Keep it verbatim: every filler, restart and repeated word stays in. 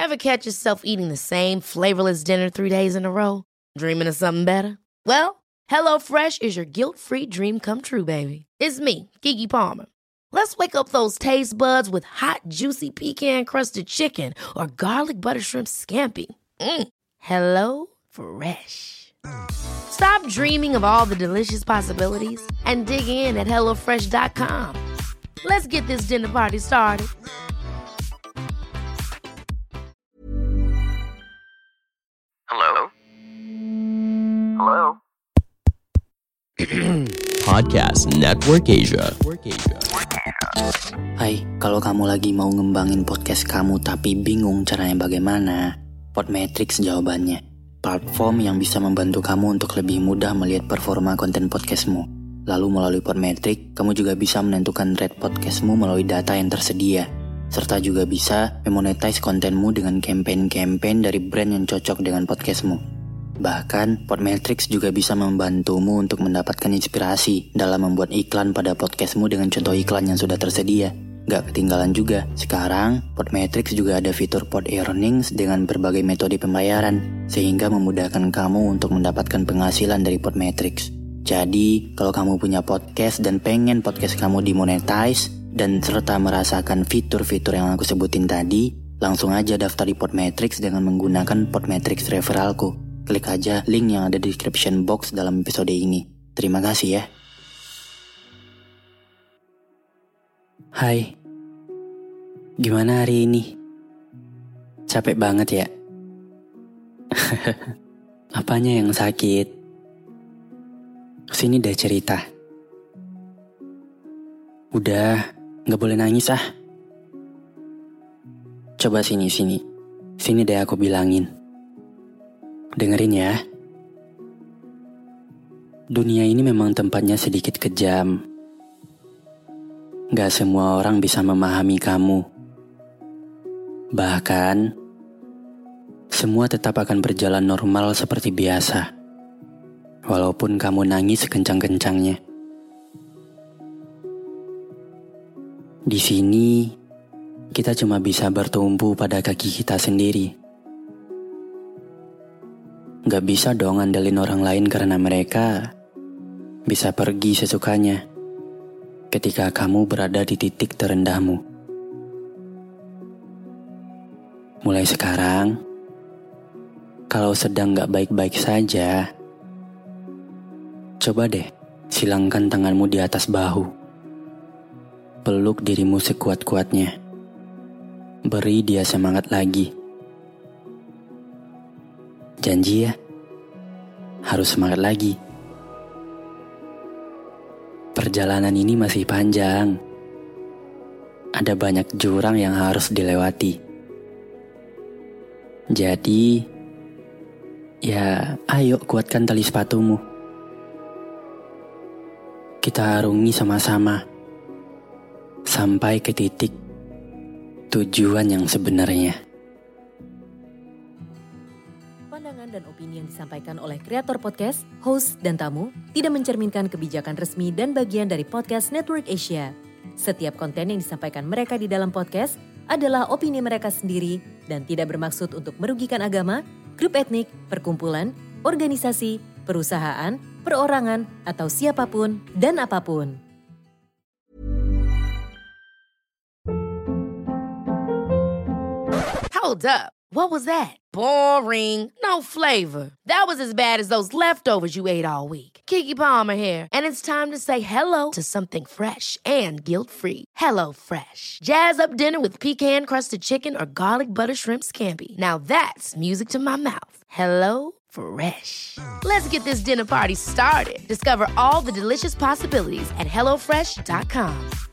Ever catch yourself eating the same flavorless dinner three days in a row? Dreaming of something better? Well, HelloFresh is your guilt-free dream come true, baby. It's me, Keke Palmer. Let's wake up those taste buds with hot, juicy pecan-crusted chicken or garlic butter shrimp scampi. Mm. Hello Fresh. Stop dreaming of all the delicious possibilities and dig in at hello fresh dot com. Let's get this dinner party started. Hello? Hello? Podcast Network Asia. Hai, kalau kamu lagi mau ngembangin podcast kamu tapi bingung caranya bagaimana, Podmetrics jawabannya. Platform yang bisa membantu kamu untuk lebih mudah melihat performa konten podcastmu. Lalu melalui Podmetrics, kamu juga bisa menentukan rate podcastmu melalui data yang tersedia. Serta juga bisa memonetize kontenmu dengan campaign-campaign dari brand yang cocok dengan podcastmu. Bahkan, Podmetrics juga bisa membantumu untuk mendapatkan inspirasi dalam membuat iklan pada podcastmu dengan contoh iklan yang sudah tersedia. Gak ketinggalan juga, sekarang Podmetrics juga ada fitur Pod Earnings dengan berbagai metode pembayaran, sehingga memudahkan kamu untuk mendapatkan penghasilan dari Podmetrics. Jadi, kalau kamu punya podcast dan pengen podcast kamu dimonetize, dan serta merasakan fitur-fitur yang aku sebutin tadi, langsung aja daftar di Podmetrics dengan menggunakan Podmetrics referralku. Klik aja link yang ada di description box dalam episode ini. Terima kasih ya. Hai, gimana hari ini? Capek banget ya? Apanya yang sakit? Sini deh cerita. Udah, gak boleh nangis ah. Coba sini-sini. Sini deh aku bilangin. Dengerin ya. Dunia ini memang tempatnya sedikit kejam. Gak semua orang bisa memahami kamu. Bahkan, semua tetap akan berjalan normal seperti biasa. Walaupun kamu nangis sekencang-kencangnya. Di sini, kita cuma bisa bertumpu pada kaki kita sendiri. Gak bisa dong andelin orang lain karena mereka bisa pergi sesukanya ketika kamu berada di titik terendahmu. Mulai sekarang, kalau sedang gak baik-baik saja, coba deh silangkan tanganmu di atas bahu. Peluk dirimu sekuat-kuatnya. Beri dia semangat lagi. Janji ya, harus semangat lagi. Perjalanan ini masih panjang. Ada banyak jurang yang harus dilewati. Jadi, ya ayo kuatkan tali sepatumu. Kita arungi sama-sama sampai ke titik tujuan yang sebenarnya. Pandangan dan opini yang disampaikan oleh kreator podcast, host, dan tamu tidak mencerminkan kebijakan resmi dan bagian dari Podcast Network Asia. Setiap konten yang disampaikan mereka di dalam podcast adalah opini mereka sendiri dan tidak bermaksud untuk merugikan agama, grup etnik, perkumpulan, organisasi, perusahaan, perorangan, atau siapapun dan apapun. Hold up. What was that? Boring. No flavor. That was as bad as those leftovers you ate all week. Keke Palmer here, and it's time to say hello to something fresh and guilt-free. Hello Fresh. Jazz up dinner with pecan-crusted chicken or garlic butter shrimp scampi. Now that's music to my mouth. Hello Fresh. Let's get this dinner party started. Discover all the delicious possibilities at hello fresh dot com.